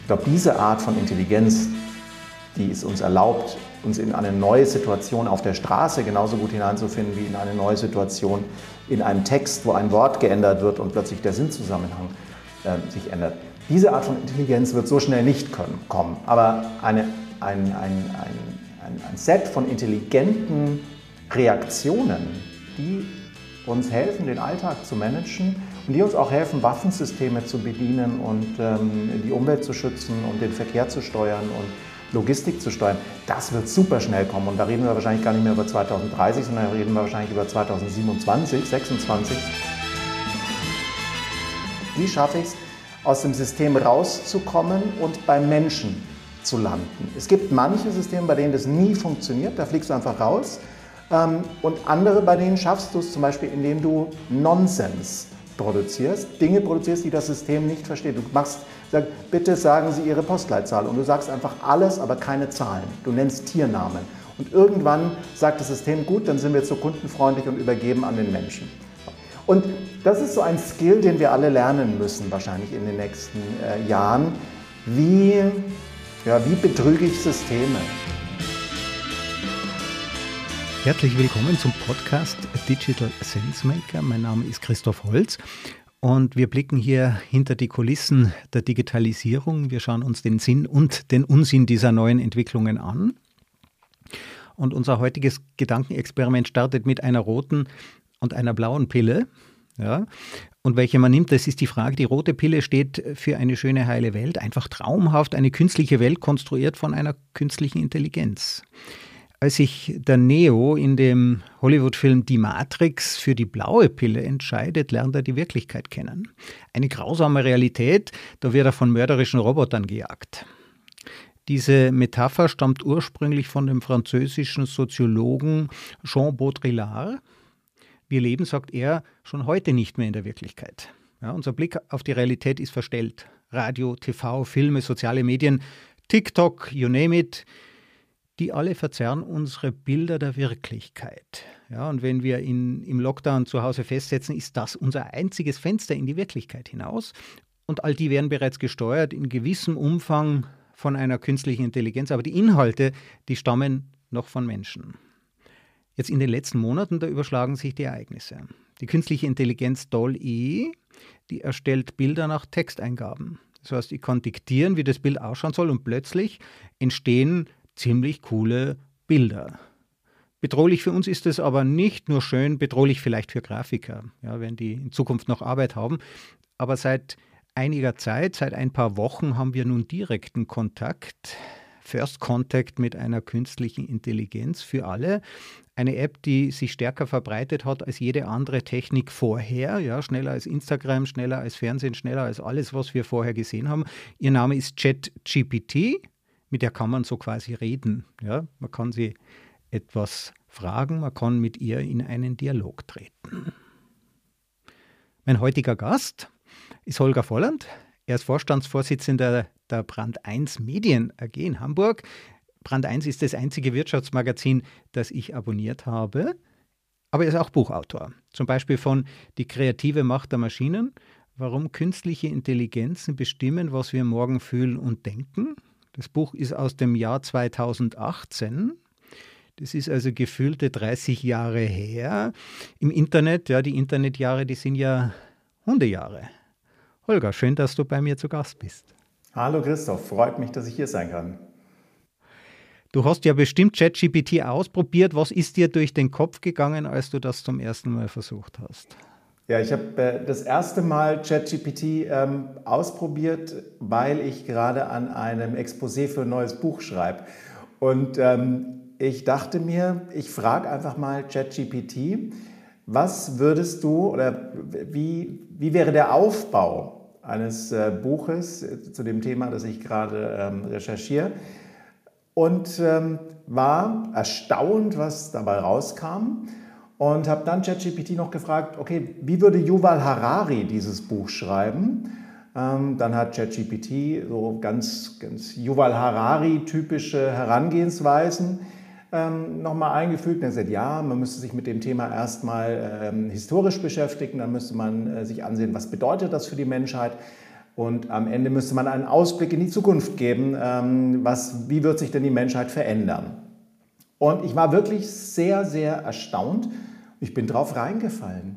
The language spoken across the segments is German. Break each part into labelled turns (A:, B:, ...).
A: Ich glaube, diese Art von Intelligenz, die es uns erlaubt, uns in eine neue Situation auf der Straße genauso gut hineinzufinden wie in eine neue Situation in einem Text, wo ein Wort geändert wird und plötzlich der Sinnzusammenhang sich ändert. Diese Art von Intelligenz wird so schnell nicht kommen, aber ein Set von intelligenten Reaktionen, die uns helfen, den Alltag zu managen und die uns auch helfen, Waffensysteme zu bedienen und die Umwelt zu schützen und den Verkehr zu steuern und Logistik zu steuern, das wird super schnell kommen. Und da reden wir wahrscheinlich gar nicht mehr über 2030, sondern da reden wir wahrscheinlich über 2027, 2026. Wie schaffe ich es, aus dem System rauszukommen und beim Menschen zu landen? Es gibt manche Systeme, bei denen das nie funktioniert, da fliegst du einfach raus. Und andere, bei denen schaffst du es zum Beispiel, indem du Nonsens produzierst, Dinge produzierst, die das System nicht versteht. Du sagst, bitte sagen Sie Ihre Postleitzahl und du sagst einfach alles, aber keine Zahlen. Du nennst Tiernamen. Und irgendwann sagt das System, gut, dann sind wir zu kundenfreundlich und übergeben an den Menschen. Und das ist so ein Skill, den wir alle lernen müssen, wahrscheinlich in den nächsten Jahren. Wie betrüge ich Systeme?
B: Herzlich willkommen zum Podcast Digital Sensemaker. Mein Name ist Christoph Holz und wir blicken hier hinter die Kulissen der Digitalisierung. Wir schauen uns den Sinn und den Unsinn dieser neuen Entwicklungen an. Und unser heutiges Gedankenexperiment startet mit einer roten und einer blauen Pille. Ja. Und welche man nimmt, das ist die Frage. Die rote Pille steht für eine schöne, heile Welt, einfach traumhaft, eine künstliche Welt konstruiert von einer künstlichen Intelligenz. Als sich der Neo in dem Hollywood-Film Die Matrix für die blaue Pille entscheidet, lernt er die Wirklichkeit kennen. Eine grausame Realität, da wird er von mörderischen Robotern gejagt. Diese Metapher stammt ursprünglich von dem französischen Soziologen Jean Baudrillard. Wir leben, sagt er, schon heute nicht mehr in der Wirklichkeit. Ja, unser Blick auf die Realität ist verstellt. Radio, TV, Filme, soziale Medien, TikTok, you name it. Die alle verzerren unsere Bilder der Wirklichkeit. Ja, und wenn wir im Lockdown zu Hause festsetzen, ist das unser einziges Fenster in die Wirklichkeit hinaus. Und all die werden bereits gesteuert in gewissem Umfang von einer künstlichen Intelligenz. Aber die Inhalte, die stammen noch von Menschen. Jetzt in den letzten Monaten, da überschlagen sich die Ereignisse. Die künstliche Intelligenz DALL-E, die erstellt Bilder nach Texteingaben. Das heißt, ich kann diktieren, wie das Bild ausschauen soll und plötzlich entstehen ziemlich coole Bilder. Bedrohlich für uns ist es aber nicht nur schön, bedrohlich vielleicht für Grafiker, ja, wenn die in Zukunft noch Arbeit haben. Aber seit einiger Zeit, seit ein paar Wochen, haben wir nun direkten Kontakt, First Contact mit einer künstlichen Intelligenz für alle. Eine App, die sich stärker verbreitet hat als jede andere Technik vorher. Ja, schneller als Instagram, schneller als Fernsehen, schneller als alles, was wir vorher gesehen haben. Ihr Name ist ChatGPT. Mit der kann man so quasi reden. Ja? Man kann sie etwas fragen, man kann mit ihr in einen Dialog treten. Mein heutiger Gast ist Holger Volland. Er ist Vorstandsvorsitzender der Brand 1 Medien AG in Hamburg. Brand 1 ist das einzige Wirtschaftsmagazin, das ich abonniert habe. Aber er ist auch Buchautor. Zum Beispiel von Die kreative Macht der Maschinen, warum künstliche Intelligenzen bestimmen, was wir morgen fühlen und denken. Das Buch ist aus dem Jahr 2018. Das ist also gefühlte 30 Jahre her. Im Internet, ja, die Internetjahre, die sind ja Hundejahre. Holger, schön, dass du bei mir zu Gast bist.
A: Hallo Christoph, freut mich, dass ich hier sein kann.
B: Du hast ja bestimmt ChatGPT ausprobiert. Was ist dir durch den Kopf gegangen, als du das zum ersten Mal versucht hast?
A: Ja, ich habe das erste Mal ChatGPT ausprobiert, weil ich gerade an einem Exposé für ein neues Buch schreibe. Und ich dachte mir, ich frage einfach mal ChatGPT, was würdest du oder wie wäre der Aufbau eines Buches zu dem Thema, das ich gerade recherchiere? Und war erstaunt, was dabei rauskam. Und habe dann ChatGPT noch gefragt, okay, wie würde Yuval Harari dieses Buch schreiben? Dann hat ChatGPT so ganz Yuval Harari-typische Herangehensweisen nochmal eingefügt. Er hat gesagt, ja, man müsste sich mit dem Thema erstmal historisch beschäftigen, dann müsste man sich ansehen, was bedeutet das für die Menschheit. Und am Ende müsste man einen Ausblick in die Zukunft geben, wie wird sich denn die Menschheit verändern? Und ich war wirklich sehr, sehr erstaunt. Ich bin drauf reingefallen.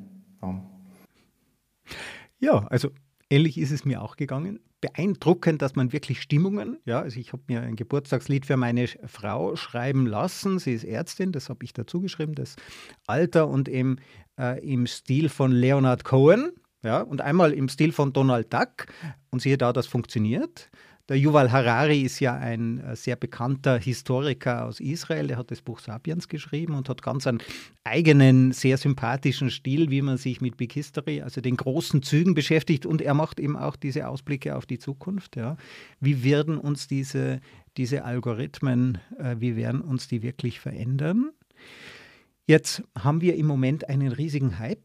B: Ja, also ähnlich ist es mir auch gegangen. Beeindruckend, dass man wirklich Stimmungen, ja, also ich habe mir ein Geburtstagslied für meine Frau schreiben lassen. Sie ist Ärztin, das habe ich dazu geschrieben, das Alter und im Stil von Leonard Cohen, ja, und einmal im Stil von Donald Duck. Und siehe da, das funktioniert. Der Yuval Harari ist ja ein sehr bekannter Historiker aus Israel. Der hat das Buch Sapiens geschrieben und hat ganz einen eigenen, sehr sympathischen Stil, wie man sich mit Big History, also den großen Zügen beschäftigt. Und er macht eben auch diese Ausblicke auf die Zukunft. Ja. Wie werden uns diese Algorithmen, wie werden uns die wirklich verändern? Jetzt haben wir im Moment einen riesigen Hype.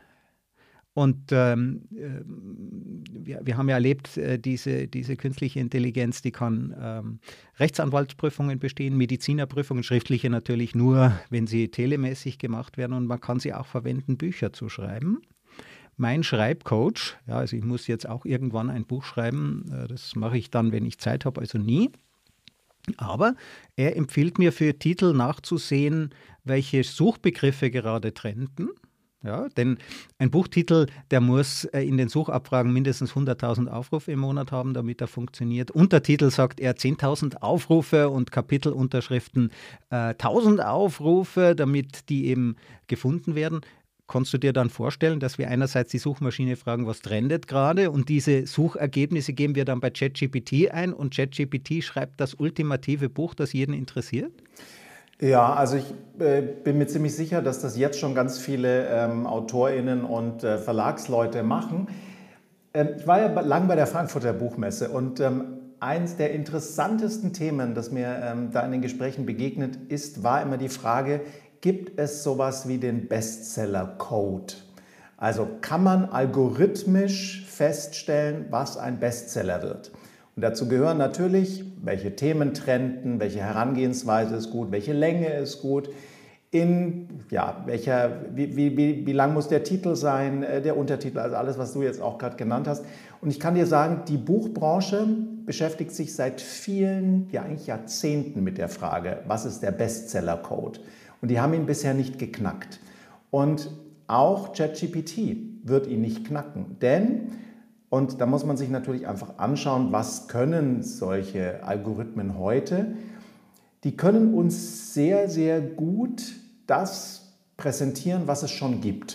B: Und wir haben ja erlebt, diese künstliche Intelligenz, die kann Rechtsanwaltsprüfungen bestehen, Medizinerprüfungen, schriftliche natürlich nur, wenn sie telemäßig gemacht werden. Und man kann sie auch verwenden, Bücher zu schreiben. Mein Schreibcoach, ja, also ich muss jetzt auch irgendwann ein Buch schreiben, das mache ich dann, wenn ich Zeit habe, also nie. Aber er empfiehlt mir für Titel nachzusehen, welche Suchbegriffe gerade trenden. Ja, denn ein Buchtitel, der muss in den Suchabfragen mindestens 100.000 Aufrufe im Monat haben, damit er funktioniert. Untertitel sagt er 10.000 Aufrufe und Kapitelunterschriften 1.000 Aufrufe, damit die eben gefunden werden. Kannst du dir dann vorstellen, dass wir einerseits die Suchmaschine fragen, was trendet gerade, und diese Suchergebnisse geben wir dann bei ChatGPT ein und ChatGPT schreibt das ultimative Buch, das jeden interessiert?
A: Ja, also ich bin mir ziemlich sicher, dass das jetzt schon ganz viele AutorInnen und Verlagsleute machen. Ich war ja lang bei der Frankfurter Buchmesse und eins der interessantesten Themen, das mir da in den Gesprächen begegnet ist, war immer die Frage, gibt es sowas wie den Bestseller-Code? Also kann man algorithmisch feststellen, was ein Bestseller wird? Und dazu gehören natürlich, welche Themen trenden, welche Herangehensweise ist gut, welche Länge ist gut, wie lang muss der Titel sein, der Untertitel, also alles, was du jetzt auch gerade genannt hast. Und ich kann dir sagen, die Buchbranche beschäftigt sich seit vielen, ja eigentlich Jahrzehnten mit der Frage, was ist der Bestseller-Code? Und die haben ihn bisher nicht geknackt. Und auch ChatGPT wird ihn nicht knacken, denn... Und da muss man sich natürlich einfach anschauen, was können solche Algorithmen heute? Die können uns sehr, sehr gut das präsentieren, was es schon gibt.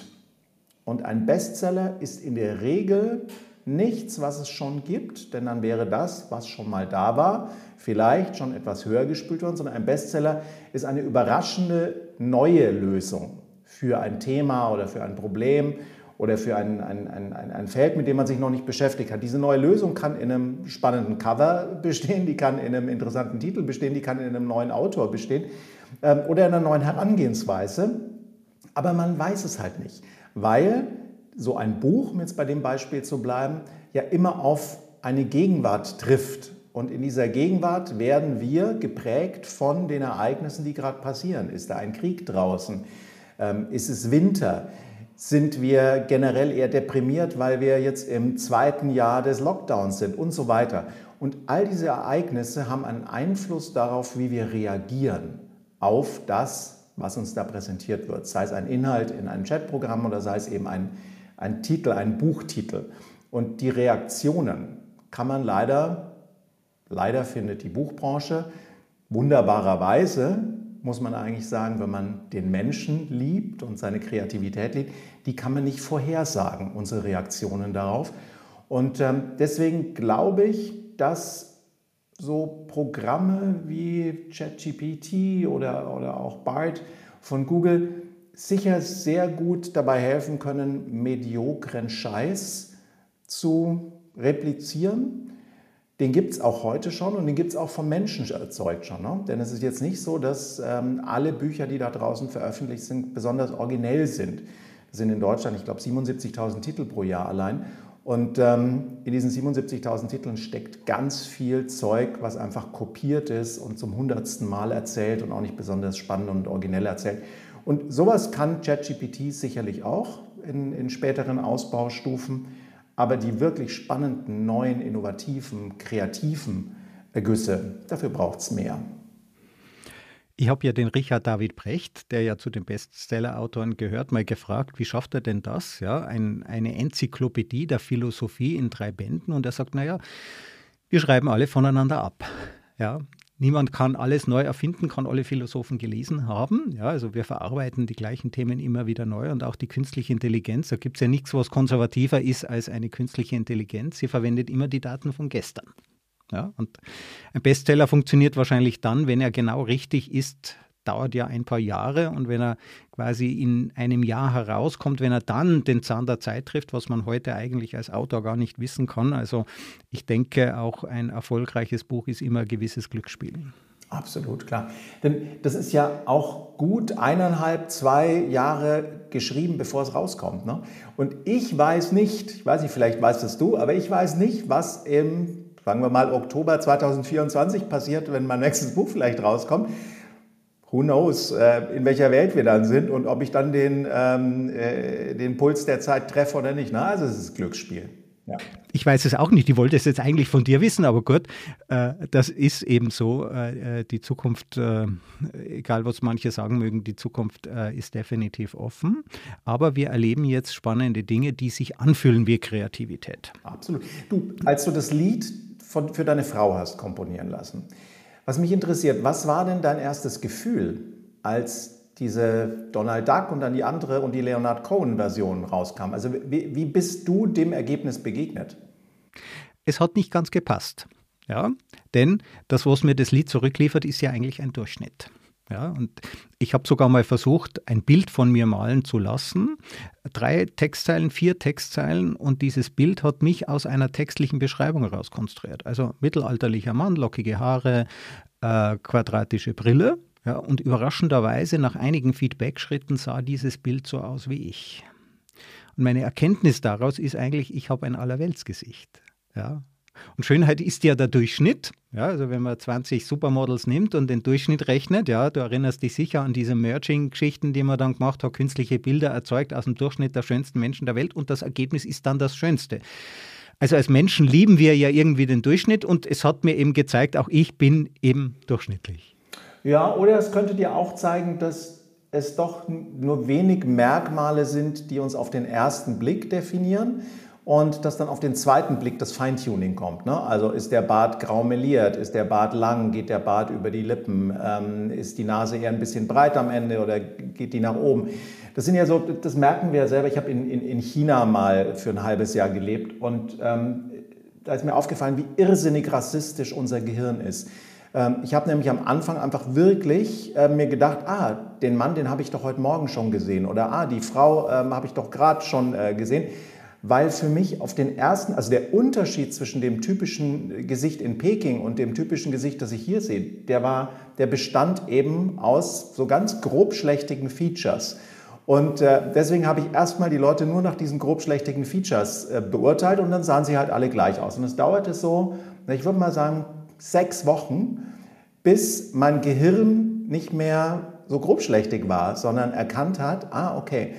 A: Und ein Bestseller ist in der Regel nichts, was es schon gibt, denn dann wäre das, was schon mal da war, vielleicht schon etwas höher gespült worden, sondern ein Bestseller ist eine überraschende neue Lösung für ein Thema oder für ein Problem oder für ein Feld, mit dem man sich noch nicht beschäftigt hat. Diese neue Lösung kann in einem spannenden Cover bestehen, die kann in einem interessanten Titel bestehen, die kann in einem neuen Autor bestehen oder in einer neuen Herangehensweise. Aber man weiß es halt nicht, weil so ein Buch, um jetzt bei dem Beispiel zu bleiben, ja immer auf eine Gegenwart trifft. Und in dieser Gegenwart werden wir geprägt von den Ereignissen, die gerade passieren. Ist da ein Krieg draußen? Ist es Winter? Sind wir generell eher deprimiert, weil wir jetzt im 2. Jahr des Lockdowns sind und so weiter. Und all diese Ereignisse haben einen Einfluss darauf, wie wir reagieren auf das, was uns da präsentiert wird. Sei es ein Inhalt in einem Chatprogramm oder sei es eben ein Titel, ein Buchtitel. Und die Reaktionen kann man leider findet die Buchbranche wunderbarerweise, muss man eigentlich sagen, wenn man den Menschen liebt und seine Kreativität liebt, die kann man nicht vorhersagen, unsere Reaktionen darauf. Und deswegen glaube ich, dass so Programme wie ChatGPT oder auch Bard von Google sicher sehr gut dabei helfen können, mediokren Scheiß zu replizieren. Den gibt es auch heute schon und den gibt es auch vom Menschen erzeugt schon. Ne? Denn es ist jetzt nicht so, dass alle Bücher, die da draußen veröffentlicht sind, besonders originell sind. Das sind in Deutschland, ich glaube, 77.000 Titel pro Jahr allein. Und in diesen 77.000 Titeln steckt ganz viel Zeug, was einfach kopiert ist und zum 100. Mal erzählt und auch nicht besonders spannend und originell erzählt. Und sowas kann ChatGPT sicherlich auch in späteren Ausbaustufen. Aber die wirklich spannenden, neuen, innovativen, kreativen Ergüsse, dafür braucht es mehr.
B: Ich habe ja den Richard David Brecht, der ja zu den Bestseller-Autoren gehört, mal gefragt, wie schafft er denn das? Ja, eine Enzyklopädie der Philosophie in 3 Bänden. Und er sagt, naja, wir schreiben alle voneinander ab. Ja, niemand kann alles neu erfinden, kann alle Philosophen gelesen haben. Ja, also wir verarbeiten die gleichen Themen immer wieder neu und auch die künstliche Intelligenz. Da gibt es ja nichts, was konservativer ist als eine künstliche Intelligenz. Sie verwendet immer die Daten von gestern. Ja, und ein Bestseller funktioniert wahrscheinlich dann, wenn er genau richtig ist, dauert ja ein paar Jahre, und wenn er quasi in einem Jahr herauskommt, wenn er dann den Zahn der Zeit trifft, was man heute eigentlich als Autor gar nicht wissen kann. Also ich denke, auch ein erfolgreiches Buch ist immer ein gewisses Glücksspiel.
A: Absolut, klar. Denn das ist ja auch gut 1,5, 2 Jahre geschrieben, bevor es rauskommt. Ne? Und ich weiß nicht, vielleicht weißt es du, aber ich weiß nicht, was im, sagen wir mal, Oktober 2024 passiert, wenn mein nächstes Buch vielleicht rauskommt. Who knows, in welcher Welt wir dann sind und ob ich dann den Puls der Zeit treffe oder nicht. Na, also es ist Glücksspiel. Ja.
B: Ich weiß es auch nicht. Ich wollte es jetzt eigentlich von dir wissen, aber gut, das ist eben so. Die Zukunft, egal was manche sagen mögen, die Zukunft ist definitiv offen. Aber wir erleben jetzt spannende Dinge, die sich anfühlen wie Kreativität.
A: Absolut. Du, als du das Lied für deine Frau hast komponieren lassen, was mich interessiert, was war denn dein erstes Gefühl, als diese Donald Duck und dann die andere und die Leonard Cohen-Version rauskam? Also wie bist du dem Ergebnis begegnet?
B: Es hat nicht ganz gepasst, ja, denn das, was mir das Lied zurückliefert, ist ja eigentlich ein Durchschnitt. Ja, und ich habe sogar mal versucht, ein Bild von mir malen zu lassen. 3 Textzeilen, 4 Textzeilen, und dieses Bild hat mich aus einer textlichen Beschreibung herauskonstruiert. Also mittelalterlicher Mann, lockige Haare, quadratische Brille. Ja, und überraschenderweise nach einigen Feedback-Schritten sah dieses Bild so aus wie ich. Und meine Erkenntnis daraus ist eigentlich, ich habe ein Allerweltsgesicht. Ja. Und Schönheit ist ja der Durchschnitt. Ja, also wenn man 20 Supermodels nimmt und den Durchschnitt rechnet, ja, du erinnerst dich sicher an diese Merging-Geschichten, die man dann gemacht hat, künstliche Bilder erzeugt aus dem Durchschnitt der schönsten Menschen der Welt, und das Ergebnis ist dann das Schönste. Also als Menschen lieben wir ja irgendwie den Durchschnitt, und es hat mir eben gezeigt, auch ich bin eben durchschnittlich.
A: Ja, oder es könnte dir auch zeigen, dass es doch nur wenig Merkmale sind, die uns auf den ersten Blick definieren, und dass dann auf den zweiten Blick das Feintuning kommt. Ne? Also ist der Bart grau meliert, ist der Bart lang, geht der Bart über die Lippen, ist die Nase eher ein bisschen breit am Ende oder geht die nach oben? Das sind ja so, das merken wir ja selber. Ich habe in China mal für ein halbes Jahr gelebt, und da ist mir aufgefallen, wie irrsinnig rassistisch unser Gehirn ist. Ich habe nämlich am Anfang einfach wirklich mir gedacht, den Mann, den habe ich doch heute Morgen schon gesehen, oder die Frau habe ich doch gerade schon gesehen. Weil für mich auf den ersten, also der Unterschied zwischen dem typischen Gesicht in Peking und dem typischen Gesicht, das ich hier sehe, der bestand eben aus so ganz grobschlächtigen Features. Und deswegen habe ich erstmal die Leute nur nach diesen grobschlächtigen Features beurteilt, und dann sahen sie halt alle gleich aus. Und es dauerte so, ich würde mal sagen, 6 Wochen, bis mein Gehirn nicht mehr so grobschlächtig war, sondern erkannt hat, okay,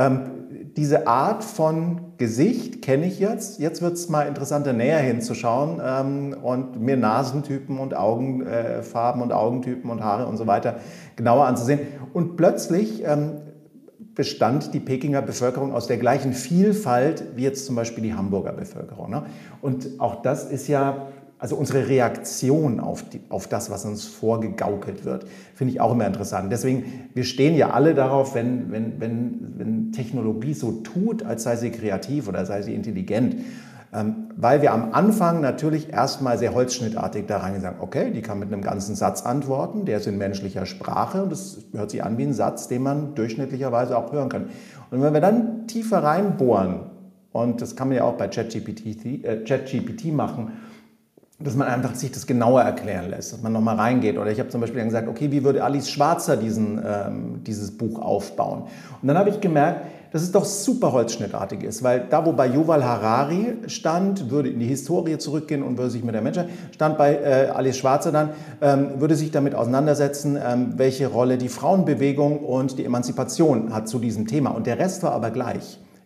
A: diese Art von Gesicht kenne ich jetzt. Jetzt wird es mal interessanter, näher hinzuschauen und mir Nasentypen und Augenfarben und Augentypen und Haare und so weiter genauer anzusehen. Und plötzlich bestand die Pekinger Bevölkerung aus der gleichen Vielfalt wie jetzt zum Beispiel die Hamburger Bevölkerung. Ne? Und auch das ist ja, also unsere Reaktion auf das, was uns vorgegaukelt wird, finde ich auch immer interessant. Deswegen, wir stehen ja alle darauf, wenn Technologie so tut, als sei sie kreativ oder sei sie intelligent. Weil wir am Anfang natürlich erstmal sehr holzschnittartig da reingehen und sagen, okay, die kann mit einem ganzen Satz antworten, der ist in menschlicher Sprache, und das hört sich an wie ein Satz, den man durchschnittlicherweise auch hören kann. Und wenn wir dann tiefer reinbohren, und das kann man ja auch bei ChatGPT machen, dass man einfach sich das genauer erklären lässt, dass man nochmal reingeht. Oder ich habe zum Beispiel dann gesagt, okay, wie würde Alice Schwarzer dieses Buch aufbauen? Und dann habe ich gemerkt, dass es doch super holzschnittartig ist, weil da, wo bei Yuval Harari stand, würde in die Historie zurückgehen und würde sich mit der Menschheit, stand bei Alice Schwarzer dann, würde sich damit auseinandersetzen, welche Rolle die Frauenbewegung und die Emanzipation hat zu diesem Thema. Und der Rest war aber gleich.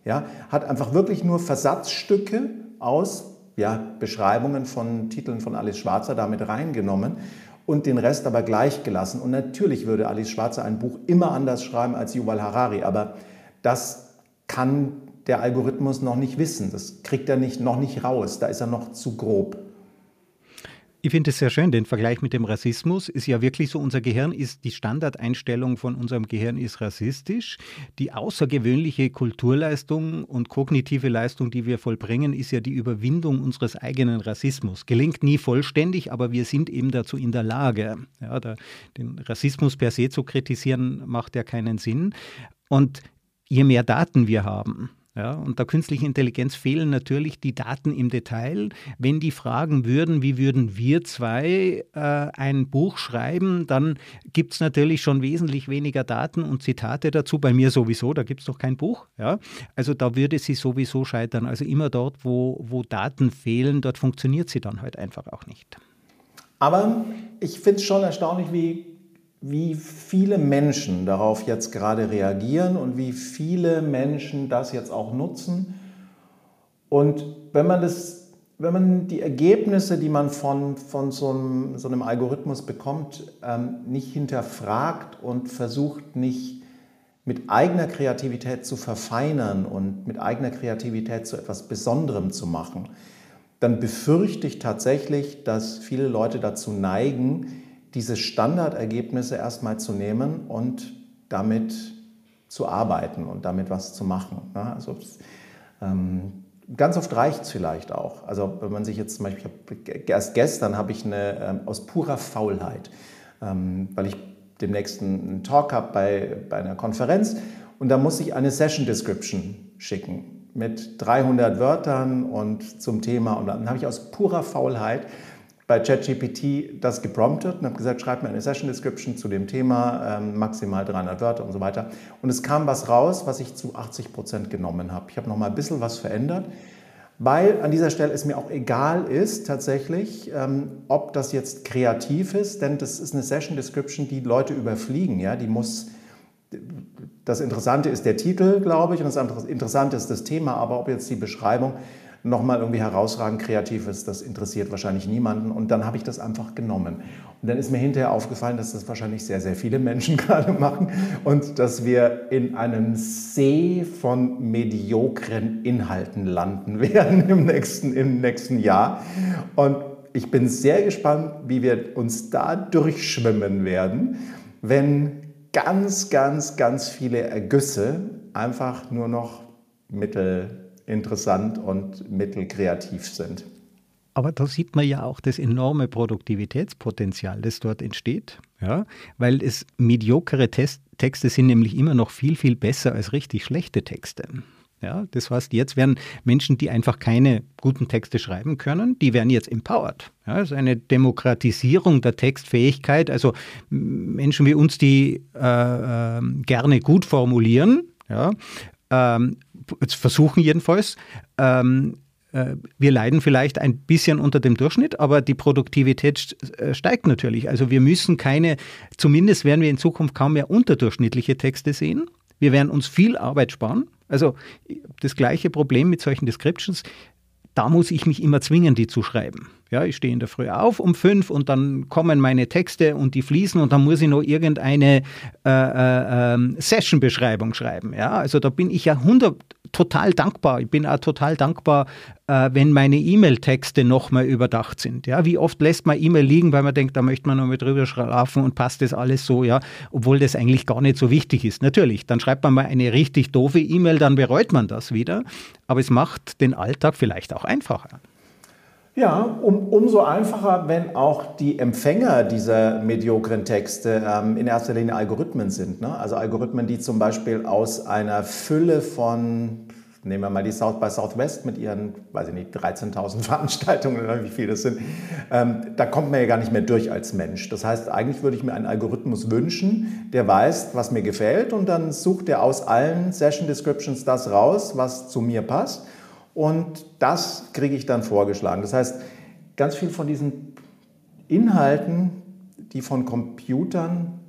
A: Ja, hat einfach wirklich nur Versatzstücke aus Beschreibungen von Titeln von Alice Schwarzer damit reingenommen und den Rest aber gleich gelassen. Und natürlich würde Alice Schwarzer ein Buch immer anders schreiben als Yuval Harari, aber das kann der Algorithmus noch nicht wissen. Das kriegt er noch nicht raus, da ist er noch zu grob.
B: Ich finde es sehr schön, den Vergleich mit dem Rassismus ist ja wirklich so, unser Gehirn ist, die Standardeinstellung von unserem Gehirn ist rassistisch. Die außergewöhnliche Kulturleistung und kognitive Leistung, die wir vollbringen, ist ja die Überwindung unseres eigenen Rassismus. Gelingt nie vollständig, aber wir sind eben dazu in der Lage. Ja, den Rassismus per se zu kritisieren, macht ja keinen Sinn. Und je mehr Daten wir haben, ja, und der künstlichen Intelligenz fehlen natürlich die Daten im Detail. Wenn die fragen würden, wie würden wir zwei ein Buch schreiben, dann gibt es natürlich schon wesentlich weniger Daten und Zitate dazu. Bei mir sowieso, da gibt es doch kein Buch. Ja. Also da würde sie sowieso scheitern. Also immer dort, wo Daten fehlen, dort funktioniert sie dann halt einfach auch nicht.
A: Aber ich finde es schon erstaunlich, wie viele Menschen darauf jetzt gerade reagieren und wie viele Menschen das jetzt auch nutzen. Und wenn man die Ergebnisse, die man von so einem Algorithmus bekommt, nicht hinterfragt und versucht nicht mit eigener Kreativität zu verfeinern und mit eigener Kreativität zu etwas Besonderem zu machen, dann befürchte ich tatsächlich, dass viele Leute dazu neigen, diese Standardergebnisse erstmal zu nehmen und damit zu arbeiten und damit was zu machen. Also ganz oft reicht es vielleicht auch. Also wenn man sich jetzt zum Beispiel, erst gestern habe ich aus purer Faulheit, weil ich demnächst einen Talk habe bei einer Konferenz und da muss ich eine Session Description schicken mit 300 Wörtern und zum Thema. Und dann habe ich aus purer Faulheit bei ChatGPT das gepromptet und habe gesagt, schreib mir eine Session Description zu dem Thema, maximal 300 Wörter und so weiter. Und es kam was raus, was ich zu 80% genommen habe. Ich habe noch mal ein bisschen was verändert, weil an dieser Stelle es mir auch egal ist tatsächlich, ob das jetzt kreativ ist, denn das ist eine Session Description, die Leute überfliegen. Ja? Das Interessante ist der Titel, glaube ich, und das Interessante ist das Thema, aber ob jetzt die Beschreibung nochmal irgendwie herausragend kreativ ist, das interessiert wahrscheinlich niemanden. Und dann habe ich das einfach genommen. Und dann ist mir hinterher aufgefallen, dass das wahrscheinlich sehr, sehr viele Menschen gerade machen und dass wir in einem See von mediokren Inhalten landen werden im nächsten Jahr. Und ich bin sehr gespannt, wie wir uns da durchschwimmen werden, wenn ganz, ganz, ganz viele Ergüsse einfach nur noch mittelinteressant und mittelkreativ sind.
B: Aber da sieht man ja auch das enorme Produktivitätspotenzial, das dort entsteht, ja? Weil mediokere Texte sind nämlich immer noch viel, viel besser als richtig schlechte Texte. Ja, das heißt, jetzt werden Menschen, die einfach keine guten Texte schreiben können, die werden jetzt empowered. Ja, also eine Demokratisierung der Textfähigkeit, also Menschen wie uns, die gerne gut formulieren, ja, versuchen jedenfalls, wir leiden vielleicht ein bisschen unter dem Durchschnitt, aber die Produktivität steigt natürlich. Also wir müssen zumindest werden wir in Zukunft kaum mehr unterdurchschnittliche Texte sehen. Wir werden uns viel Arbeit sparen. Also das gleiche Problem mit solchen Descriptions, da muss ich mich immer zwingen, die zu schreiben. Ja, ich stehe in der Früh auf um 5 und dann kommen meine Texte und die fließen und dann muss ich noch irgendeine Session-Beschreibung schreiben. Ja, also da bin ich ja total dankbar. Ich bin auch total dankbar, wenn meine E-Mail-Texte nochmal überdacht sind. Ja, wie oft lässt man E-Mail liegen, weil man denkt, da möchte man noch mal drüber schlafen und passt das alles so, ja, obwohl das eigentlich gar nicht so wichtig ist. Natürlich, dann schreibt man mal eine richtig doofe E-Mail, dann bereut man das wieder, aber es macht den Alltag vielleicht auch einfacher.
A: Ja, umso einfacher, wenn auch die Empfänger dieser mediokren Texte in erster Linie Algorithmen sind. Ne? Also Algorithmen, die zum Beispiel aus einer Fülle von, nehmen wir mal die South by Southwest mit ihren, weiß ich nicht, 13.000 Veranstaltungen oder wie viele das sind, da kommt man ja gar nicht mehr durch als Mensch. Das heißt, eigentlich würde ich mir einen Algorithmus wünschen, der weiß, was mir gefällt und dann sucht er aus allen Session Descriptions das raus, was zu mir passt. Und das kriege ich dann vorgeschlagen. Das heißt, ganz viel von diesen Inhalten, die von Computern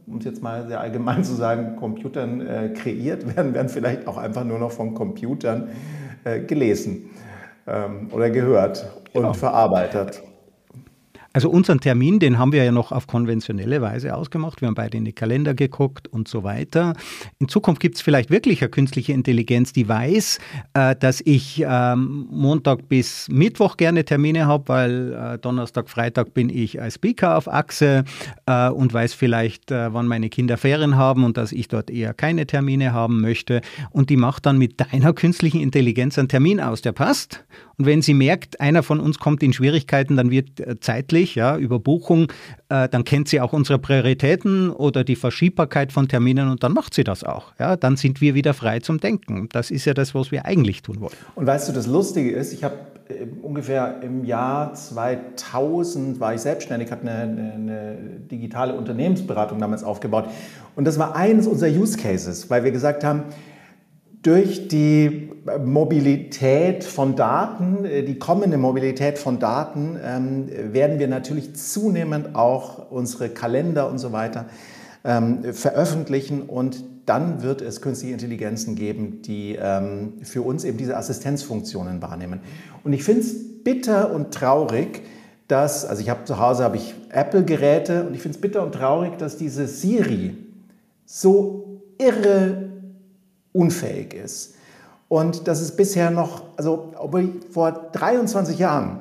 A: um es jetzt mal sehr allgemein zu sagen, Computern kreiert werden, werden vielleicht auch einfach nur noch von Computern gelesen oder gehört und verarbeitet.
B: Also unseren Termin, den haben wir ja noch auf konventionelle Weise ausgemacht. Wir haben beide in die Kalender geguckt und so weiter. In Zukunft gibt es vielleicht wirklich eine künstliche Intelligenz, die weiß, dass ich Montag bis Mittwoch gerne Termine habe, weil Donnerstag, Freitag bin ich als Speaker auf Achse und weiß vielleicht, wann meine Kinder Ferien haben und dass ich dort eher keine Termine haben möchte. Und die macht dann mit deiner künstlichen Intelligenz einen Termin aus, der passt. Und wenn sie merkt, einer von uns kommt in Schwierigkeiten, dann wird zeitlich, ja, über Buchung, dann kennt sie auch unsere Prioritäten oder die Verschiebbarkeit von Terminen und dann macht sie das auch. Ja, dann sind wir wieder frei zum Denken. Das ist ja das, was wir eigentlich tun wollen.
A: Und weißt du, das Lustige ist, ich habe ungefähr im Jahr 2000 war ich selbstständig, habe eine digitale Unternehmensberatung damals aufgebaut. Und das war eines unserer Use Cases, weil wir gesagt haben, durch die Mobilität von Daten, die kommende Mobilität von Daten, werden wir natürlich zunehmend auch unsere Kalender und so weiter veröffentlichen und dann wird es künstliche Intelligenzen geben, die für uns eben diese Assistenzfunktionen wahrnehmen. Und ich finde es bitter und traurig, also zu Hause habe ich Apple-Geräte und ich finde es bitter und traurig, dass diese Siri so irre unfähig ist. Und das ist bisher noch, also obwohl vor 23 Jahren,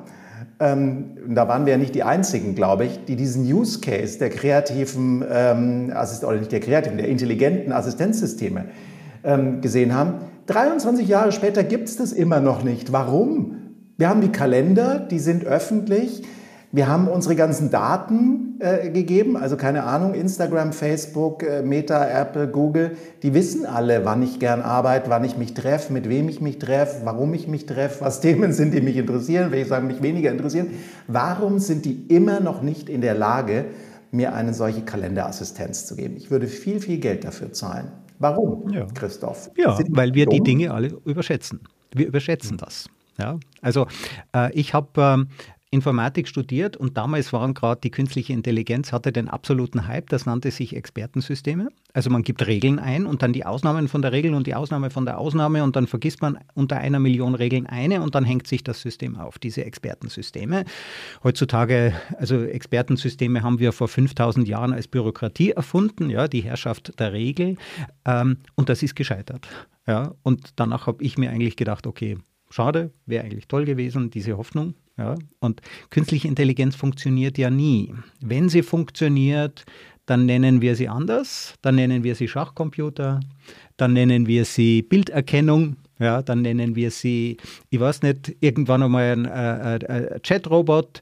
A: da waren wir ja nicht die Einzigen, glaube ich, die diesen Use Case der kreativen, oder nicht der kreativen, der intelligenten Assistenzsysteme gesehen haben. 23 Jahre später gibt es das immer noch nicht. Warum? Wir haben die Kalender, die sind öffentlich. Wir haben unsere ganzen Daten gegeben, also keine Ahnung, Instagram, Facebook, Meta, Apple, Google, die wissen alle, wann ich gern arbeite, wann ich mich treffe, mit wem ich mich treffe, warum ich mich treffe, was Themen sind, die mich interessieren, welche Sachen mich weniger interessieren. Warum sind die immer noch nicht in der Lage, mir eine solche Kalenderassistenz zu geben? Ich würde viel, viel Geld dafür zahlen. Warum,
B: ja.
A: Christoph?
B: Ja, weil wir die Dinge alle überschätzen. Wir überschätzen das. Ja? Also ich habe Informatik studiert und damals waren gerade die künstliche Intelligenz, hatte den absoluten Hype, das nannte sich Expertensysteme. Also man gibt Regeln ein und dann die Ausnahmen von der Regel und die Ausnahme von der Ausnahme und dann vergisst man unter 1 Million Regeln eine und dann hängt sich das System auf, diese Expertensysteme. Heutzutage, also Expertensysteme haben wir vor 5000 Jahren als Bürokratie erfunden, ja, die Herrschaft der Regel, und das ist gescheitert. Ja. Und danach habe ich mir eigentlich gedacht, okay, schade, wäre eigentlich toll gewesen, diese Hoffnung. Ja, und künstliche Intelligenz funktioniert ja nie. Wenn sie funktioniert, dann nennen wir sie anders, dann nennen wir sie Schachcomputer, dann nennen wir sie Bilderkennung, ja, dann nennen wir sie, ich weiß nicht, irgendwann einmal ein Chatrobot.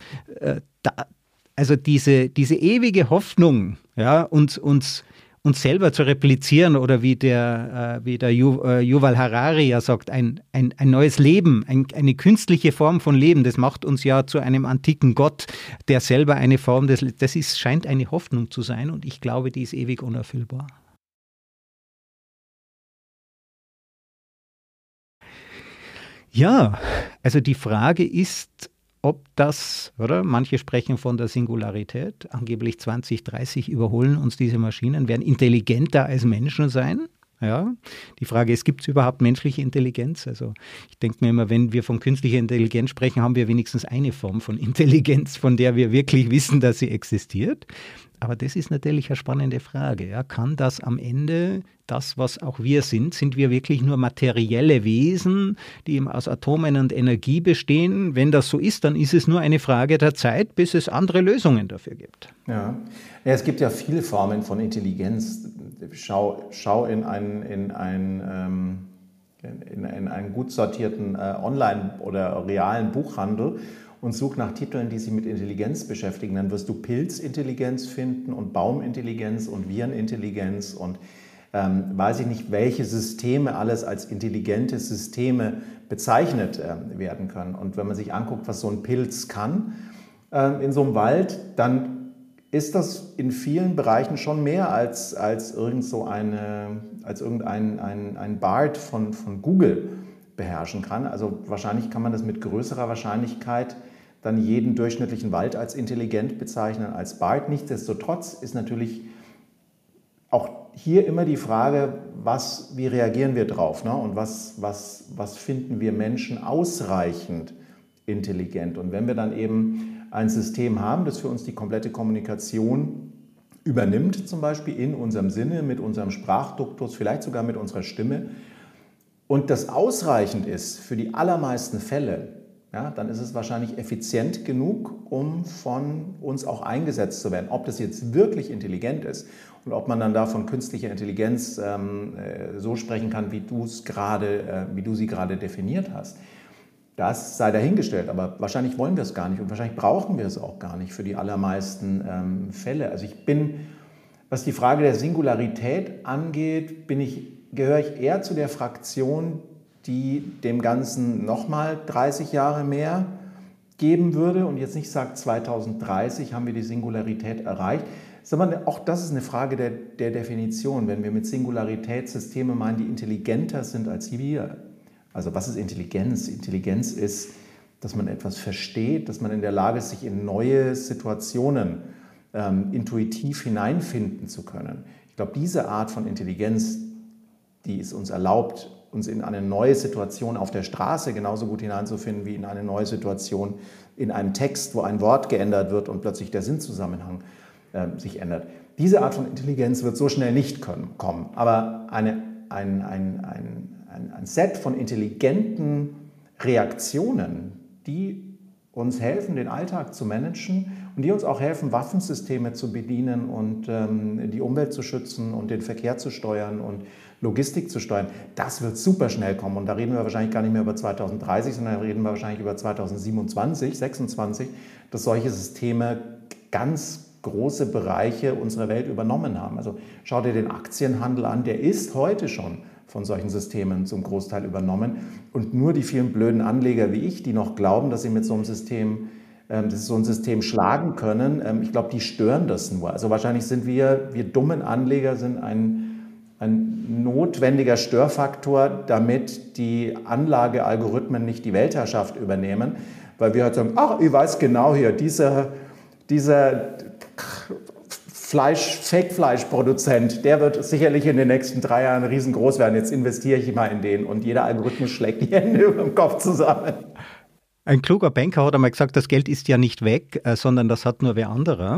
B: Also diese ewige Hoffnung, ja, uns selber zu replizieren oder wie der Yuval Harari ja sagt, ein neues Leben, eine künstliche Form von Leben, das macht uns ja zu einem antiken Gott, der selber eine Form scheint eine Hoffnung zu sein und ich glaube, die ist ewig unerfüllbar. Ja, also die Frage ist, ob das, oder? Manche sprechen von der Singularität. Angeblich 2030 überholen uns diese Maschinen, werden intelligenter als Menschen sein. Ja, die Frage ist, gibt es überhaupt menschliche Intelligenz? Also ich denke mir immer, wenn wir von künstlicher Intelligenz sprechen, haben wir wenigstens eine Form von Intelligenz, von der wir wirklich wissen, dass sie existiert. Aber das ist natürlich eine spannende Frage. Ja. Kann das am Ende das, was auch wir sind wir wirklich nur materielle Wesen, die eben aus Atomen und Energie bestehen? Wenn das so ist, dann ist es nur eine Frage der Zeit, bis es andere Lösungen dafür gibt.
A: Ja, es gibt ja viele Formen von Intelligenz. Schau in einen gut sortierten Online- oder realen Buchhandel und such nach Titeln, die sich mit Intelligenz beschäftigen. Dann wirst du Pilzintelligenz finden und Baumintelligenz und Virenintelligenz und weiß ich nicht, welche Systeme alles als intelligente Systeme bezeichnet werden können. Und wenn man sich anguckt, was so ein Pilz kann in so einem Wald, dann ist das in vielen Bereichen schon mehr als irgendein Bard von Google beherrschen kann. Also wahrscheinlich kann man das mit größerer Wahrscheinlichkeit dann jeden durchschnittlichen Wald als intelligent bezeichnen als Bard. Nichtsdestotrotz ist natürlich hier immer die Frage, wie reagieren wir drauf, ne? Und was finden wir Menschen ausreichend intelligent? Und wenn wir dann eben ein System haben, das für uns die komplette Kommunikation übernimmt, zum Beispiel in unserem Sinne, mit unserem Sprachduktus, vielleicht sogar mit unserer Stimme, und das ausreichend ist für die allermeisten Fälle, ja, dann ist es wahrscheinlich effizient genug, um von uns auch eingesetzt zu werden. Ob das jetzt wirklich intelligent ist und ob man dann da von künstlicher Intelligenz so sprechen kann, wie du sie gerade definiert hast, das sei dahingestellt. Aber wahrscheinlich wollen wir es gar nicht und wahrscheinlich brauchen wir es auch gar nicht für die allermeisten Fälle. Also was die Frage der Singularität angeht, gehöre ich eher zu der Fraktion, die dem Ganzen nochmal 30 Jahre mehr geben würde und jetzt nicht sagt, 2030 haben wir die Singularität erreicht. Sondern auch das ist eine Frage der Definition. Wenn wir mit Singularität Systeme meinen, die intelligenter sind als wir. Also was ist Intelligenz? Intelligenz ist, dass man etwas versteht, dass man in der Lage ist, sich in neue Situationen intuitiv hineinfinden zu können. Ich glaube, diese Art von Intelligenz, die es uns erlaubt, uns in eine neue Situation auf der Straße genauso gut hineinzufinden wie in eine neue Situation in einem Text, wo ein Wort geändert wird und plötzlich der Sinnzusammenhang sich ändert. Diese Art von Intelligenz wird so schnell nicht kommen, aber ein Set von intelligenten Reaktionen, die uns helfen, den Alltag zu managen und die uns auch helfen, Waffensysteme zu bedienen und die Umwelt zu schützen und den Verkehr zu steuern und Logistik zu steuern, das wird super schnell kommen. Und da reden wir wahrscheinlich gar nicht mehr über 2030, sondern reden wir wahrscheinlich über 2027, 2026, dass solche Systeme ganz große Bereiche unserer Welt übernommen haben. Also schau dir den Aktienhandel an, der ist heute schon von solchen Systemen zum Großteil übernommen. Und nur die vielen blöden Anleger wie ich, die noch glauben, dass sie mit so einem System schlagen können, ich glaube, die stören das nur. Also wahrscheinlich sind wir dummen Anleger sind ein notwendiger Störfaktor, damit die Anlagealgorithmen nicht die Weltherrschaft übernehmen, weil wir halt sagen, ach, ich weiß genau hier, dieser Fake-Fleisch-Produzent, der wird sicherlich in den nächsten 3 Jahren riesengroß werden, jetzt investiere ich mal in den und jeder Algorithmus schlägt die Hände über dem Kopf zusammen.
B: Ein kluger Banker hat einmal gesagt, das Geld ist ja nicht weg, sondern das hat nur wer anderer.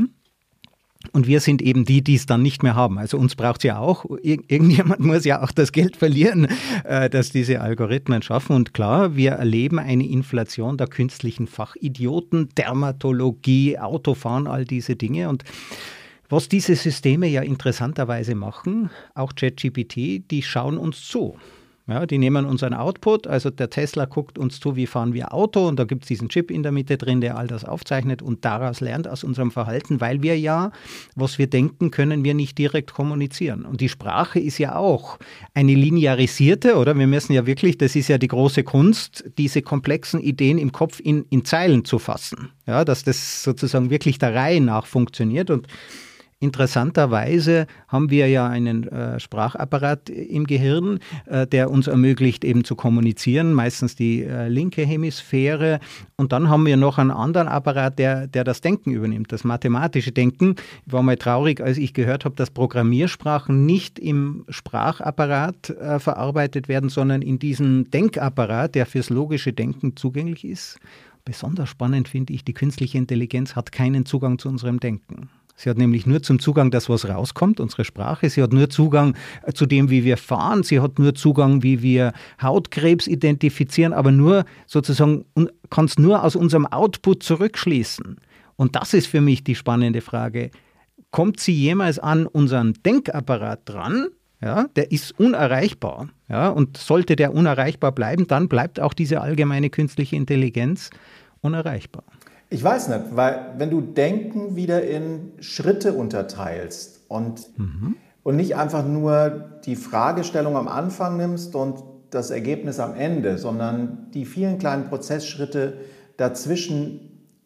B: Und wir sind eben die es dann nicht mehr haben. Also uns braucht es ja auch. Irgendjemand muss ja auch das Geld verlieren, dass diese Algorithmen schaffen. Und klar, wir erleben eine Inflation der künstlichen Fachidioten, Dermatologie, Autofahren, all diese Dinge. Und was diese Systeme ja interessanterweise machen, auch ChatGPT, die schauen uns zu. Ja, die nehmen unseren Output, also der Tesla guckt uns zu, wie fahren wir Auto und da gibt es diesen Chip in der Mitte drin, der all das aufzeichnet und daraus lernt aus unserem Verhalten, weil wir ja, was wir denken, können wir nicht direkt kommunizieren. Und die Sprache ist ja auch eine linearisierte, oder? Wir müssen ja wirklich, das ist ja die große Kunst, diese komplexen Ideen im Kopf in Zeilen zu fassen. Ja, dass das sozusagen wirklich der Reihe nach funktioniert. Und interessanterweise haben wir ja einen Sprachapparat im Gehirn, der uns ermöglicht, eben zu kommunizieren, meistens die linke Hemisphäre. Und dann haben wir noch einen anderen Apparat, der das Denken übernimmt, das mathematische Denken. Ich war mal traurig, als ich gehört habe, dass Programmiersprachen nicht im Sprachapparat verarbeitet werden, sondern in diesem Denkapparat, der fürs logische Denken zugänglich ist. Besonders spannend finde ich, die künstliche Intelligenz hat keinen Zugang zu unserem Denken. Sie hat nämlich nur zum Zugang das, was rauskommt, unsere Sprache. Sie hat nur Zugang zu dem, wie wir fahren. Sie hat nur Zugang, wie wir Hautkrebs identifizieren, aber nur sozusagen, kann es nur aus unserem Output zurückschließen. Und das ist für mich die spannende Frage. Kommt sie jemals an unseren Denkapparat dran? Ja, der ist unerreichbar. Ja, und sollte der unerreichbar bleiben, dann bleibt auch diese allgemeine künstliche Intelligenz unerreichbar.
A: Ich weiß nicht, weil wenn du Denken wieder in Schritte unterteilst und nicht einfach nur die Fragestellung am Anfang nimmst und das Ergebnis am Ende, sondern die vielen kleinen Prozessschritte dazwischen,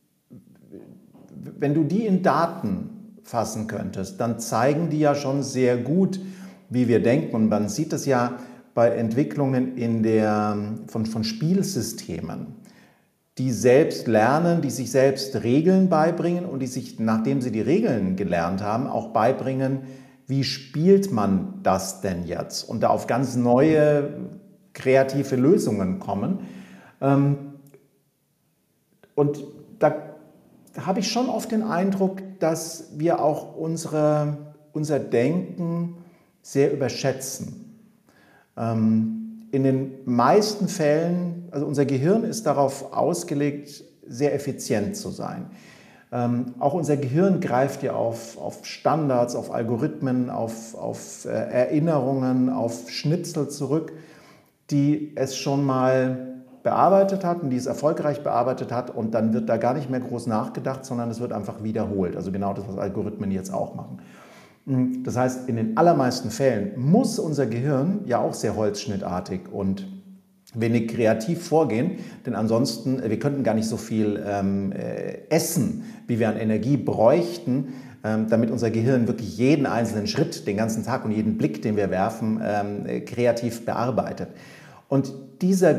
A: wenn du die in Daten fassen könntest, dann zeigen die ja schon sehr gut, wie wir denken. Und man sieht das ja bei Entwicklungen von Spielsystemen, die selbst lernen, die sich selbst Regeln beibringen und die sich, nachdem sie die Regeln gelernt haben, auch beibringen, wie spielt man das denn jetzt? Und da auf ganz neue kreative Lösungen kommen. Und da habe ich schon oft den Eindruck, dass wir auch unser Denken sehr überschätzen. In den meisten Fällen, also unser Gehirn ist darauf ausgelegt, sehr effizient zu sein. Auch unser Gehirn greift ja auf Standards, auf Algorithmen, auf Erinnerungen, auf Schnipsel zurück, die es schon mal bearbeitet hat und die es erfolgreich bearbeitet hat, und dann wird da gar nicht mehr groß nachgedacht, sondern es wird einfach wiederholt. Also genau das, was Algorithmen jetzt auch machen. Das heißt, in den allermeisten Fällen muss unser Gehirn ja auch sehr holzschnittartig und wenig kreativ vorgehen, denn ansonsten, wir könnten gar nicht so viel essen, wie wir an Energie bräuchten, damit unser Gehirn wirklich jeden einzelnen Schritt, den ganzen Tag und jeden Blick, den wir werfen, kreativ bearbeitet. Und dieser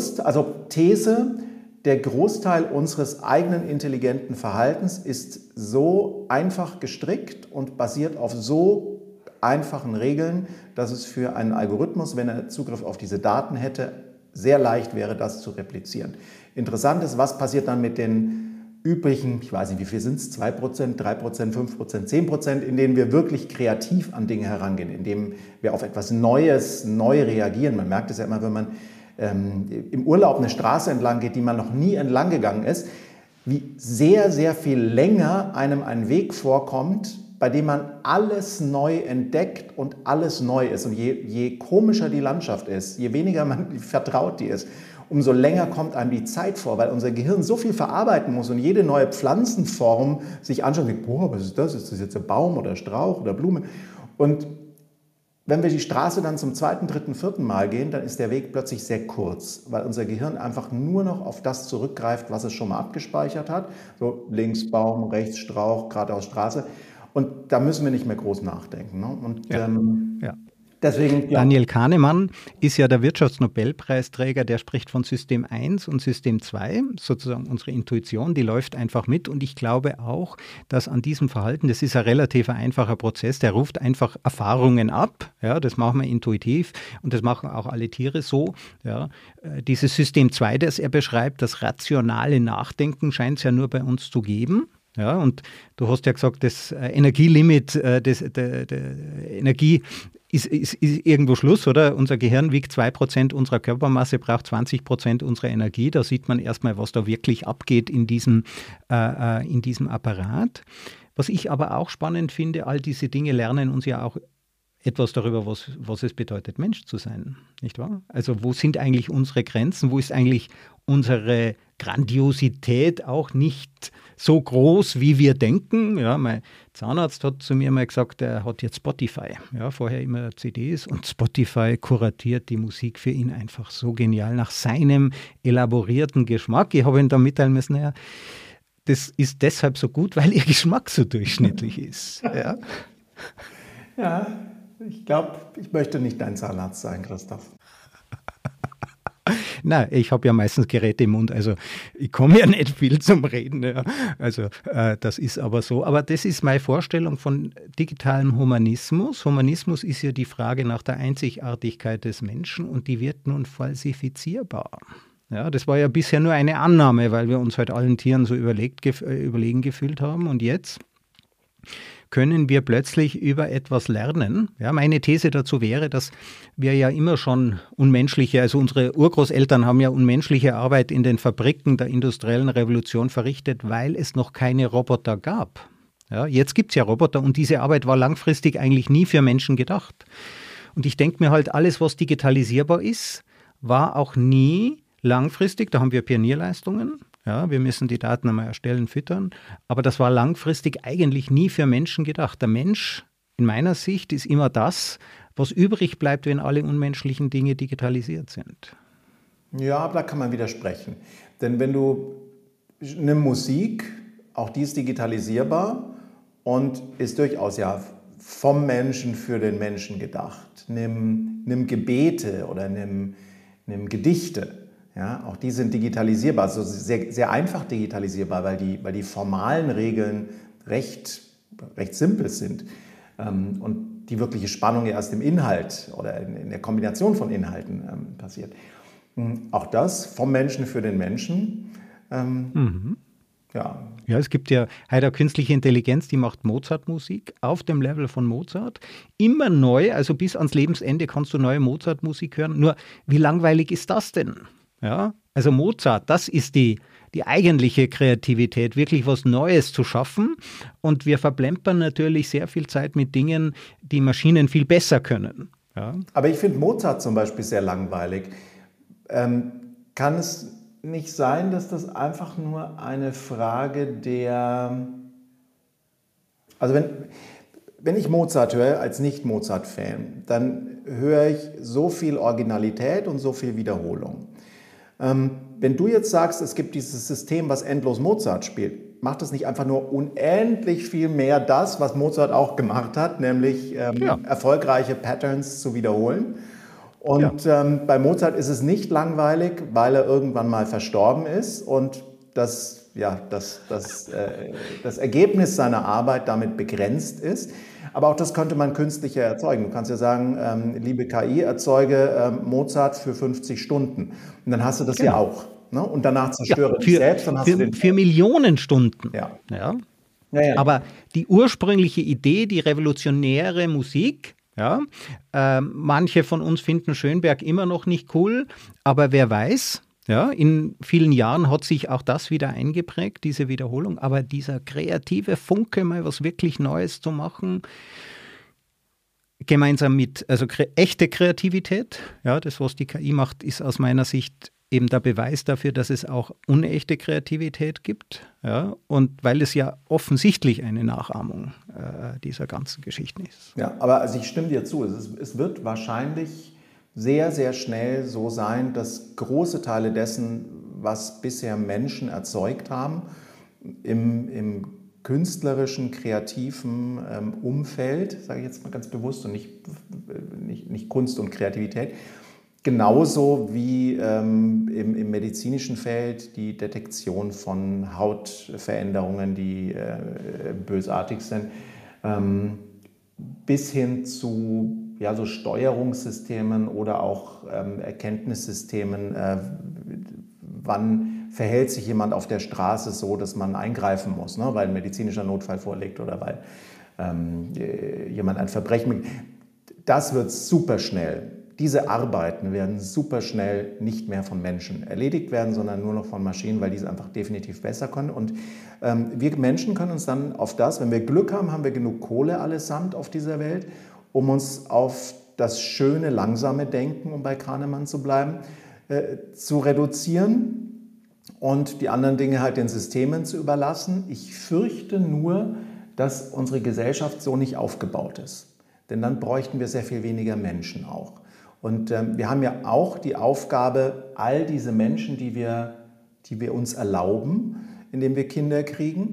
A: These, der Großteil unseres eigenen intelligenten Verhaltens ist so einfach gestrickt und basiert auf so einfachen Regeln, dass es für einen Algorithmus, wenn er Zugriff auf diese Daten hätte, sehr leicht wäre, das zu replizieren. Interessant ist, was passiert dann mit den übrigen, ich weiß nicht, wie viel sind es, 2%, 3%, 5%, 10%, in denen wir wirklich kreativ an Dinge herangehen, in denen wir auf etwas Neues neu reagieren. Man merkt es ja immer, wenn man im Urlaub eine Straße entlang geht, die man noch nie entlang gegangen ist, wie sehr, sehr viel länger einem ein Weg vorkommt, bei dem man alles neu entdeckt und alles neu ist. Und je komischer die Landschaft ist, je weniger man vertraut die ist, umso länger kommt einem die Zeit vor, weil unser Gehirn so viel verarbeiten muss und jede neue Pflanzenform sich anschaut, wie, boah, was ist das? Ist das jetzt ein Baum oder Strauch oder Blume? Und wenn wir die Straße dann zum zweiten, dritten, vierten Mal gehen, dann ist der Weg plötzlich sehr kurz, weil unser Gehirn einfach nur noch auf das zurückgreift, was es schon mal abgespeichert hat. So links Baum, rechts Strauch, geradeaus Straße. Und da müssen wir nicht mehr groß nachdenken. Ne? Und
B: ja.
A: Deswegen, ja.
B: Daniel Kahnemann ist ja der Wirtschaftsnobelpreisträger, der spricht von System 1 und System 2, sozusagen unsere Intuition, die läuft einfach mit. Und ich glaube auch, dass an diesem Verhalten, das ist ein relativ einfacher Prozess, der ruft einfach Erfahrungen ab. Ja, das machen wir intuitiv und das machen auch alle Tiere so. Ja. Dieses System 2, das er beschreibt, das rationale Nachdenken, scheint es ja nur bei uns zu geben. Ja, und du hast ja gesagt, das Energielimit, der Energie ist irgendwo Schluss, oder? Unser Gehirn wiegt 2% unserer Körpermasse, braucht 20% unserer Energie. Da sieht man erstmal, was da wirklich abgeht in diesem Apparat. Was ich aber auch spannend finde, all diese Dinge lernen uns ja auch etwas darüber, was es bedeutet, Mensch zu sein, nicht wahr? Also wo sind eigentlich unsere Grenzen? Wo ist eigentlich unsere Grandiosität auch nicht so groß, wie wir denken? Ja, mein Zahnarzt hat zu mir mal gesagt, er hat jetzt Spotify. Ja, vorher immer CDs, und Spotify kuratiert die Musik für ihn einfach so genial nach seinem elaborierten Geschmack. Ich habe ihm dann mitteilen müssen, naja, das ist deshalb so gut, weil ihr Geschmack so durchschnittlich ist. Ja.
A: Ja, ich glaube, ich möchte nicht dein Zahnarzt sein, Christoph.
B: Nein, ich habe ja meistens Geräte im Mund, also ich komme ja nicht viel zum Reden. Ja. Also das ist aber so. Aber das ist meine Vorstellung von digitalem Humanismus. Humanismus ist ja die Frage nach der Einzigartigkeit des Menschen, und die wird nun falsifizierbar. Ja, das war ja bisher nur eine Annahme, weil wir uns halt allen Tieren so überlegen gefühlt haben. Und jetzt können wir plötzlich über etwas lernen. Ja, meine These dazu wäre, dass wir ja immer schon unmenschliche, also unsere Urgroßeltern haben ja unmenschliche Arbeit in den Fabriken der industriellen Revolution verrichtet, weil es noch keine Roboter gab. Ja, jetzt gibt es ja Roboter, und diese Arbeit war langfristig eigentlich nie für Menschen gedacht. Und ich denke mir halt, alles, was digitalisierbar ist, war auch nie langfristig, da haben wir Pionierleistungen. Ja, wir müssen die Daten einmal erstellen, füttern. Aber das war langfristig eigentlich nie für Menschen gedacht. Der Mensch, in meiner Sicht, ist immer das, was übrig bleibt, wenn alle unmenschlichen Dinge digitalisiert sind.
A: Ja, aber da kann man widersprechen. Denn wenn du eine Musik, auch die ist digitalisierbar und ist durchaus ja vom Menschen für den Menschen gedacht. Nimm Gebete oder nimm Gedichte. Ja, auch die sind digitalisierbar, also sehr, sehr einfach digitalisierbar, weil die formalen Regeln recht simpel sind. Und die wirkliche Spannung erst im Inhalt oder in der Kombination von Inhalten passiert. Auch das vom Menschen für den Menschen. Ja.
B: Ja, es gibt ja heute künstliche Intelligenz, die macht Mozart-Musik auf dem Level von Mozart. Immer neu, also bis ans Lebensende kannst du neue Mozart-Musik hören. Nur, wie langweilig ist das denn? Ja, also Mozart, das ist die eigentliche Kreativität, wirklich was Neues zu schaffen. Und wir verplempern natürlich sehr viel Zeit mit Dingen, die Maschinen viel besser können. Ja.
A: Aber ich finde Mozart zum Beispiel sehr langweilig. Kann es nicht sein, dass das einfach nur eine Frage der... Also wenn ich Mozart höre, als Nicht-Mozart-Fan, dann höre ich so viel Originalität und so viel Wiederholung. Wenn du jetzt sagst, es gibt dieses System, was endlos Mozart spielt, macht es nicht einfach nur unendlich viel mehr das, was Mozart auch gemacht hat, nämlich erfolgreiche Patterns zu wiederholen? Und bei Mozart ist es nicht langweilig, weil er irgendwann mal verstorben ist und das Ergebnis seiner Arbeit damit begrenzt ist. Aber auch das könnte man künstlicher erzeugen. Du kannst ja sagen, liebe KI, erzeuge Mozart für 50 Stunden. Und dann hast du das ja auch. Ne? Und danach zerstöre dich selbst. Dann hast du den
B: für Millionen Stunden.
A: Ja.
B: Ja. Aber die ursprüngliche Idee, die revolutionäre Musik, manche von uns finden Schönberg immer noch nicht cool, aber wer weiß, in vielen Jahren hat sich auch das wieder eingeprägt, diese Wiederholung. Aber dieser kreative Funke, mal was wirklich Neues zu machen, gemeinsam mit, also echte Kreativität, das, was die KI macht, ist aus meiner Sicht eben der Beweis dafür, dass es auch unechte Kreativität gibt. Ja, und weil es ja offensichtlich eine Nachahmung dieser ganzen Geschichten ist.
A: Ja, aber also ich stimme dir zu. Es wird wahrscheinlich sehr, sehr schnell so sein, dass große Teile dessen, was bisher Menschen erzeugt haben, im künstlerischen, kreativen Umfeld, sage ich jetzt mal ganz bewusst und nicht Kunst und Kreativität, genauso wie im medizinischen Feld die Detektion von Hautveränderungen, die bösartig sind, bis hin zu so Steuerungssystemen oder auch Erkenntnissystemen, wann verhält sich jemand auf der Straße so, dass man eingreifen muss, ne? Weil ein medizinischer Notfall vorliegt oder weil jemand ein Verbrechen... Das wird super schnell. Diese Arbeiten werden super schnell nicht mehr von Menschen erledigt werden, sondern nur noch von Maschinen, weil diese einfach definitiv besser können. Und wir Menschen können uns dann auf das, wenn wir Glück haben, haben wir genug Kohle allesamt auf dieser Welt, um uns auf das schöne, langsame Denken, um bei Kahnemann zu bleiben, zu reduzieren und die anderen Dinge halt den Systemen zu überlassen. Ich fürchte nur, dass unsere Gesellschaft so nicht aufgebaut ist. Denn dann bräuchten wir sehr viel weniger Menschen auch. Und wir haben ja auch die Aufgabe, all diese Menschen, die wir uns erlauben, indem wir Kinder kriegen,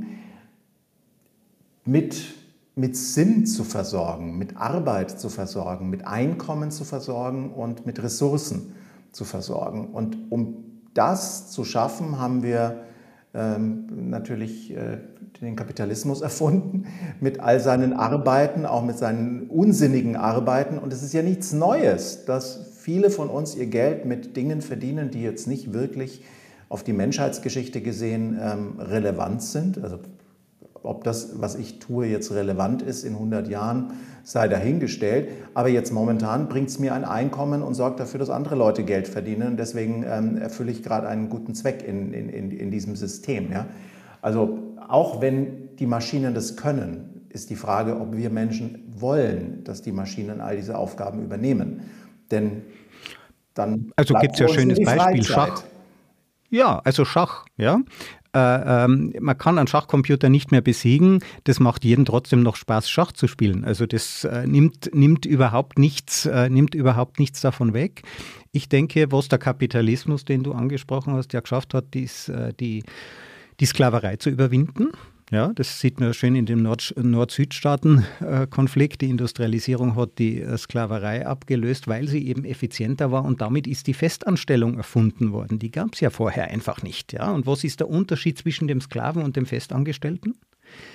A: mit Sinn zu versorgen, mit Arbeit zu versorgen, mit Einkommen zu versorgen und mit Ressourcen zu versorgen. Und um das zu schaffen, haben wir natürlich den Kapitalismus erfunden, mit all seinen Arbeiten, auch mit seinen unsinnigen Arbeiten. Und es ist ja nichts Neues, dass viele von uns ihr Geld mit Dingen verdienen, die jetzt nicht wirklich auf die Menschheitsgeschichte gesehen relevant sind. Also ob das, was ich tue, jetzt relevant ist in 100 Jahren, sei dahingestellt. Aber jetzt momentan bringt es mir ein Einkommen und sorgt dafür, dass andere Leute Geld verdienen. Und deswegen erfülle ich gerade einen guten Zweck in diesem System. Ja? Also auch wenn die Maschinen das können, ist die Frage, ob wir Menschen wollen, dass die Maschinen all diese Aufgaben übernehmen. Denn dann
B: also gibt es ja ein schönes Beispiel, Schach. Ja, also Schach, ja. Man kann einen Schachcomputer nicht mehr besiegen. Das macht jedem trotzdem noch Spaß, Schach zu spielen. Also das nimmt überhaupt nichts davon weg. Ich denke, was der Kapitalismus, den du angesprochen hast, ja geschafft hat, ist die Sklaverei zu überwinden. Ja, das sieht man schön in dem Nord-Süd-Staaten-Konflikt. Die Industrialisierung hat die Sklaverei abgelöst, weil sie eben effizienter war und damit ist die Festanstellung erfunden worden. Die gab es ja vorher einfach nicht. Ja? Und was ist der Unterschied zwischen dem Sklaven und dem Festangestellten?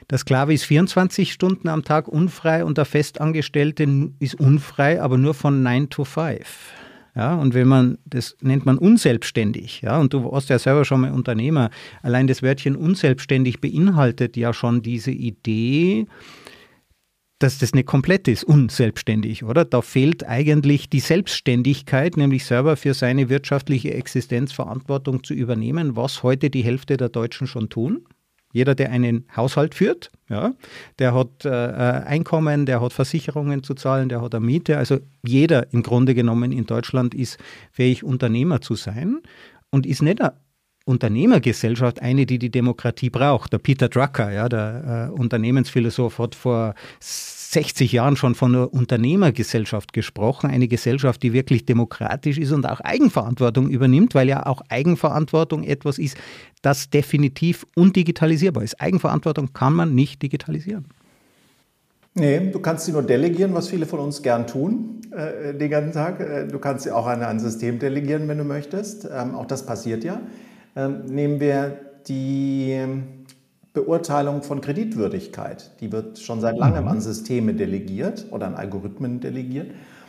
B: Der Sklave ist 24 Stunden am Tag unfrei und der Festangestellte ist unfrei, aber nur von 9 to 5. Ja, und das nennt man unselbstständig. Ja, und du warst ja selber schon mal Unternehmer. Allein das Wörtchen unselbstständig beinhaltet ja schon diese Idee, dass das nicht komplett ist, unselbstständig, oder? Da fehlt eigentlich die Selbstständigkeit, nämlich selber für seine wirtschaftliche Existenz Verantwortung zu übernehmen, was heute die Hälfte der Deutschen schon tun. Jeder, der einen Haushalt führt, ja, der hat Einkommen, der hat Versicherungen zu zahlen, der hat eine Miete. Also jeder im Grunde genommen in Deutschland ist fähig, Unternehmer zu sein und ist nicht eine Unternehmergesellschaft, eine, die Demokratie braucht. Der Peter Drucker, ja, der Unternehmensphilosoph, hat vor 60 Jahren schon von einer Unternehmergesellschaft gesprochen, eine Gesellschaft, die wirklich demokratisch ist und auch Eigenverantwortung übernimmt, weil ja auch Eigenverantwortung etwas ist, das definitiv undigitalisierbar ist. Eigenverantwortung kann man nicht digitalisieren.
A: Nee, du kannst sie nur delegieren, was viele von uns gern tun, den ganzen Tag. Du kannst sie auch an ein System delegieren, wenn du möchtest. Auch das passiert ja. Nehmen wir die Beurteilung von Kreditwürdigkeit. Die wird schon seit langem an Systeme delegiert oder an Algorithmen delegiert.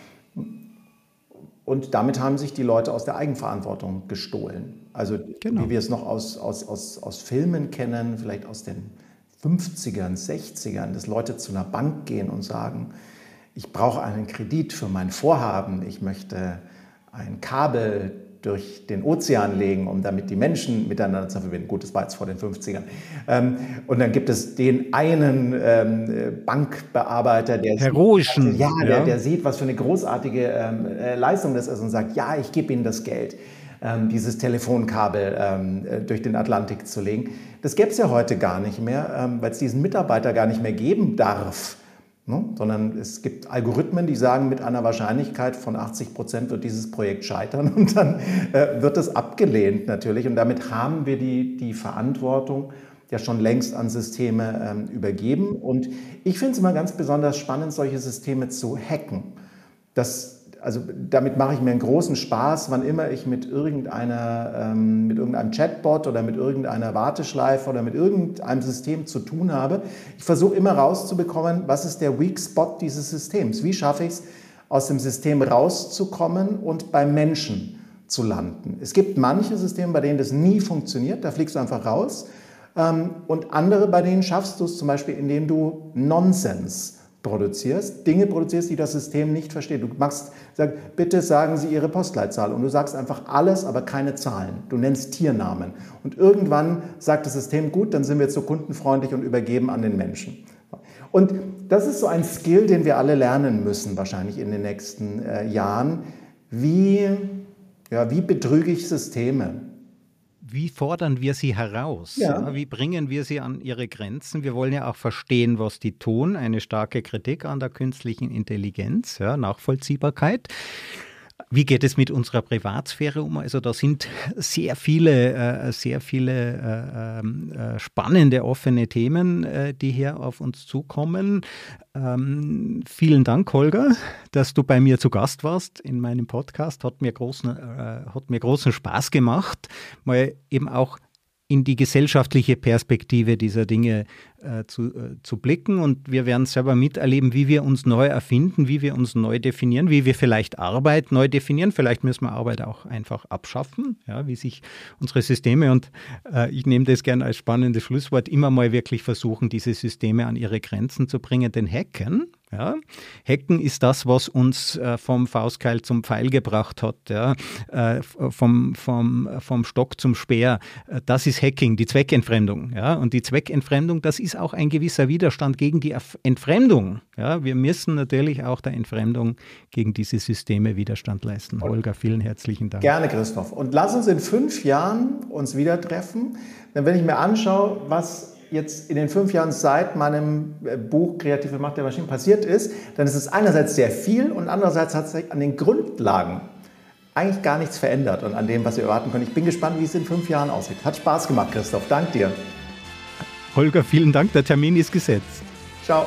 A: Und damit haben sich die Leute aus der Eigenverantwortung gestohlen. Also wie wir es noch aus Filmen kennen, vielleicht aus den 50ern, 60ern, dass Leute zu einer Bank gehen und sagen, ich brauche einen Kredit für mein Vorhaben, ich möchte ein Kabel durch den Ozean legen, um damit die Menschen miteinander zu verbinden. Gut, das war jetzt vor den 50ern. Und dann gibt es den einen Bankbearbeiter, der der sieht, was für eine großartige Leistung das ist und sagt, ja, ich gebe Ihnen das Geld, dieses Telefonkabel durch den Atlantik zu legen. Das gäbe es ja heute gar nicht mehr, weil es diesen Mitarbeiter gar nicht mehr geben darf. Ne? Sondern es gibt Algorithmen, die sagen, mit einer Wahrscheinlichkeit von 80% wird dieses Projekt scheitern und dann wird es abgelehnt natürlich. Und damit haben wir die Verantwortung ja schon längst an Systeme übergeben. Und ich finde es immer ganz besonders spannend, solche Systeme zu hacken. Damit mache ich mir einen großen Spaß, wann immer ich mit irgendeinem Chatbot oder mit irgendeiner Warteschleife oder mit irgendeinem System zu tun habe. Ich versuche immer rauszubekommen, was ist der Weak Spot dieses Systems? Wie schaffe ich es, aus dem System rauszukommen und beim Menschen zu landen? Es gibt manche Systeme, bei denen das nie funktioniert, da fliegst du einfach raus. Und andere, bei denen schaffst du es zum Beispiel, indem du Nonsens Dinge produzierst, die das System nicht versteht. Du sagst, bitte sagen Sie Ihre Postleitzahl und du sagst einfach alles, aber keine Zahlen. Du nennst Tiernamen und irgendwann sagt das System, gut, dann sind wir jetzt so kundenfreundlich und übergeben an den Menschen. Und das ist so ein Skill, den wir alle lernen müssen, wahrscheinlich in den nächsten Jahren. Wie betrüge ich Systeme?
B: Wie fordern wir sie heraus? Ja. Wie bringen wir sie an ihre Grenzen? Wir wollen ja auch verstehen, was die tun. Eine starke Kritik an der künstlichen Intelligenz, Nachvollziehbarkeit. Wie geht es mit unserer Privatsphäre um? Also da sind sehr viele spannende, offene Themen, die hier auf uns zukommen. Vielen Dank, Holger, dass du bei mir zu Gast warst in meinem Podcast. Hat mir großen Spaß gemacht, mal eben auch in die gesellschaftliche Perspektive dieser Dinge zu blicken. Und wir werden selber miterleben, wie wir uns neu erfinden, wie wir uns neu definieren, wie wir vielleicht Arbeit neu definieren. Vielleicht müssen wir Arbeit auch einfach abschaffen, wie sich unsere Systeme, und ich nehme das gerne als spannendes Schlusswort, immer mal wirklich versuchen, diese Systeme an ihre Grenzen zu bringen. Denn Hacken ist das, was uns vom Faustkeil zum Pfeil gebracht hat, vom Stock zum Speer. Das ist Hacking, die Zweckentfremdung. Und die Zweckentfremdung, das ist auch ein gewisser Widerstand gegen die Entfremdung. Wir müssen natürlich auch der Entfremdung gegen diese Systeme Widerstand leisten. Holger, vielen herzlichen Dank.
A: Gerne, Christoph. Und lass uns in 5 Jahren uns wieder treffen. Denn wenn ich mir anschaue, was jetzt in den 5 Jahren seit meinem Buch Kreative Macht der Maschinen passiert ist, dann ist es einerseits sehr viel und andererseits hat sich an den Grundlagen eigentlich gar nichts verändert und an dem, was wir erwarten können. Ich bin gespannt, wie es in 5 Jahren aussieht. Hat Spaß gemacht, Christoph. Dank dir.
B: Holger, vielen Dank. Der Termin ist gesetzt.
A: Ciao.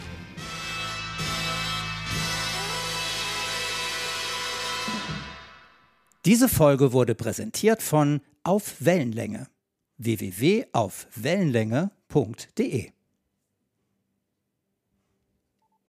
C: Diese Folge wurde präsentiert von Auf Wellenlänge. www.aufwellenlänge.de